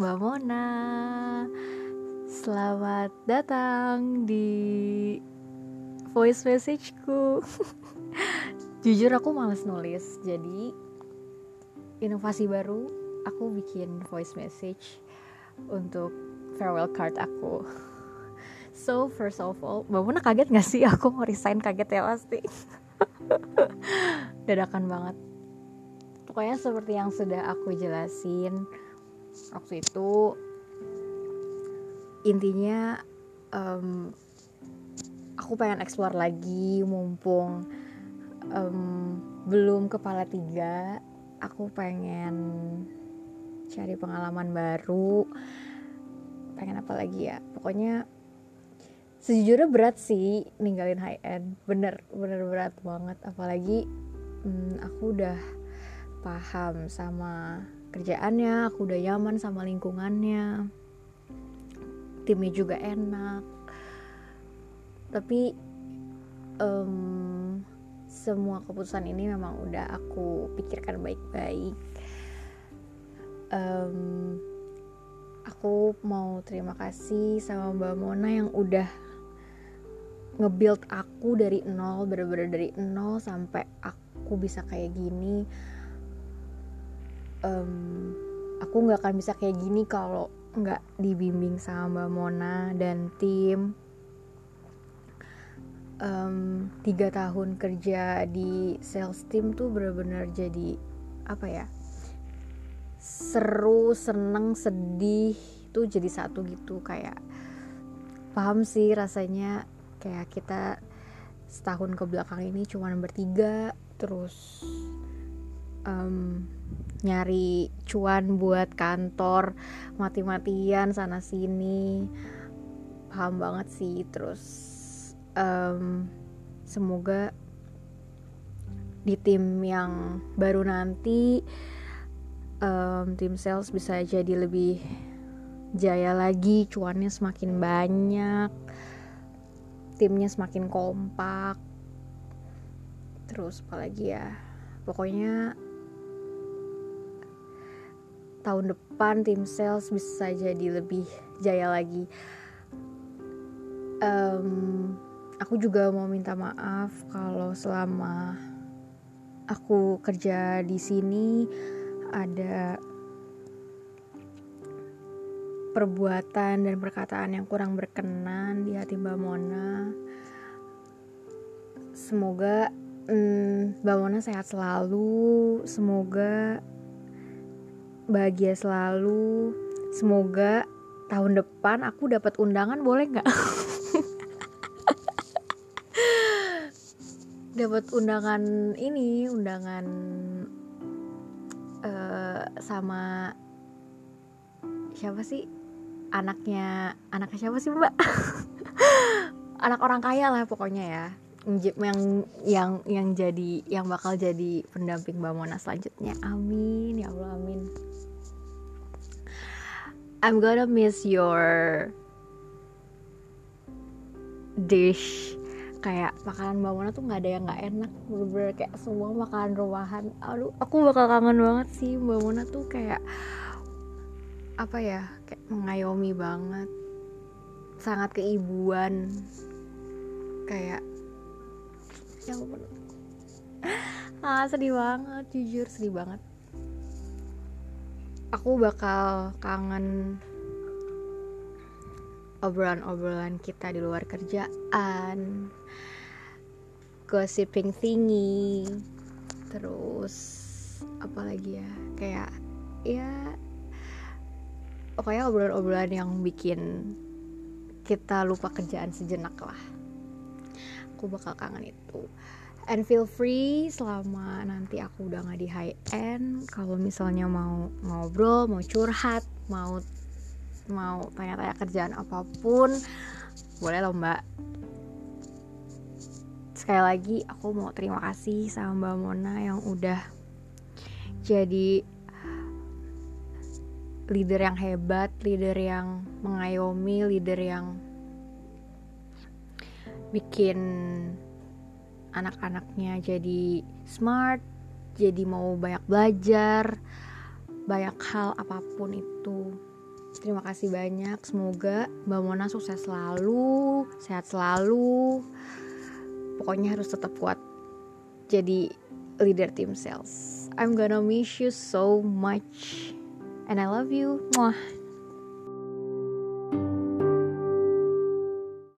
Mbak Mona. Selamat datang di voice messageku. Jujur aku males nulis, jadi inovasi baru, aku bikin voice message untuk farewell card aku. So first of all, Mbak Mona kaget gak sih aku mau resign? Kaget ya pasti. Dadakan banget. Pokoknya seperti yang sudah aku jelasin waktu itu, intinya aku pengen explore lagi, mumpung belum kepala 3. Aku pengen cari pengalaman baru. Pengen apa lagi ya, pokoknya sejujurnya berat sih ninggalin high end. Bener berat banget. Apalagi aku udah paham sama kerjaannya, aku udah nyaman sama lingkungannya, timnya juga enak. Tapi semua keputusan ini memang udah aku pikirkan baik-baik. Aku mau terima kasih sama Mbak Mona yang udah nge-build aku dari nol, bener-bener dari nol sampai aku bisa kayak gini. Aku gak akan bisa kayak gini kalau gak dibimbing sama Mbak Mona dan tim. 3 tahun kerja di sales team tuh bener-bener jadi apa ya, seru, seneng, sedih tuh jadi satu gitu. Kayak paham sih rasanya kayak kita setahun ke belakang ini cuma bertiga, terus nyari cuan buat kantor, mati-matian sana sini. Paham banget sih. Terus semoga di tim yang baru nanti tim sales bisa jadi lebih jaya lagi, cuannya semakin banyak, timnya semakin kompak. Terus apalagi ya, pokoknya tahun depan tim sales bisa jadi lebih jaya lagi. Aku juga mau minta maaf kalau selama aku kerja di sini ada perbuatan dan perkataan yang kurang berkenan di hati Mbak Mona. Semoga Mbak Mona sehat selalu, semoga bahagia selalu. Semoga tahun depan aku dapat undangan, boleh nggak? Dapat undangan ini, undangan sama siapa sih? Anaknya siapa sih Mbak? Anak orang kaya lah pokoknya ya. Yang jadi, yang bakal jadi pendamping Mbak Mona selanjutnya. Amin ya Allah, amin. I'm gonna miss your dish. Kayak makanan Mbak Mona tuh nggak ada yang nggak enak, bener-bener kayak semua makanan rumahan. Aduh, aku bakal kangen banget sih. Mbak Mona tuh kayak apa ya, kayak mengayomi banget, sangat keibuan. Kayak ya ampun, sedih banget, jujur sedih banget. Aku bakal kangen obrolan-obrolan kita di luar kerjaan, gossiping thingy, terus apa lagi ya, kayak ya pokoknya obrolan-obrolan yang bikin kita lupa kerjaan sejenak lah. Aku bakal kangen itu. And feel free selama nanti aku udah gak di high end, kalau misalnya mau ngobrol, mau curhat, mau tanya-tanya kerjaan apapun, boleh loh Mbak. Sekali lagi aku mau terima kasih sama Mbak Mona yang udah jadi leader yang hebat, leader yang mengayomi, leader yang bikin anak-anaknya jadi smart, jadi mau banyak belajar, banyak hal apapun itu. Terima kasih banyak. Semoga Mbak Mona sukses selalu, sehat selalu. Pokoknya harus tetap kuat jadi leader tim sales. I'm gonna miss you so much and I love you. Mwah.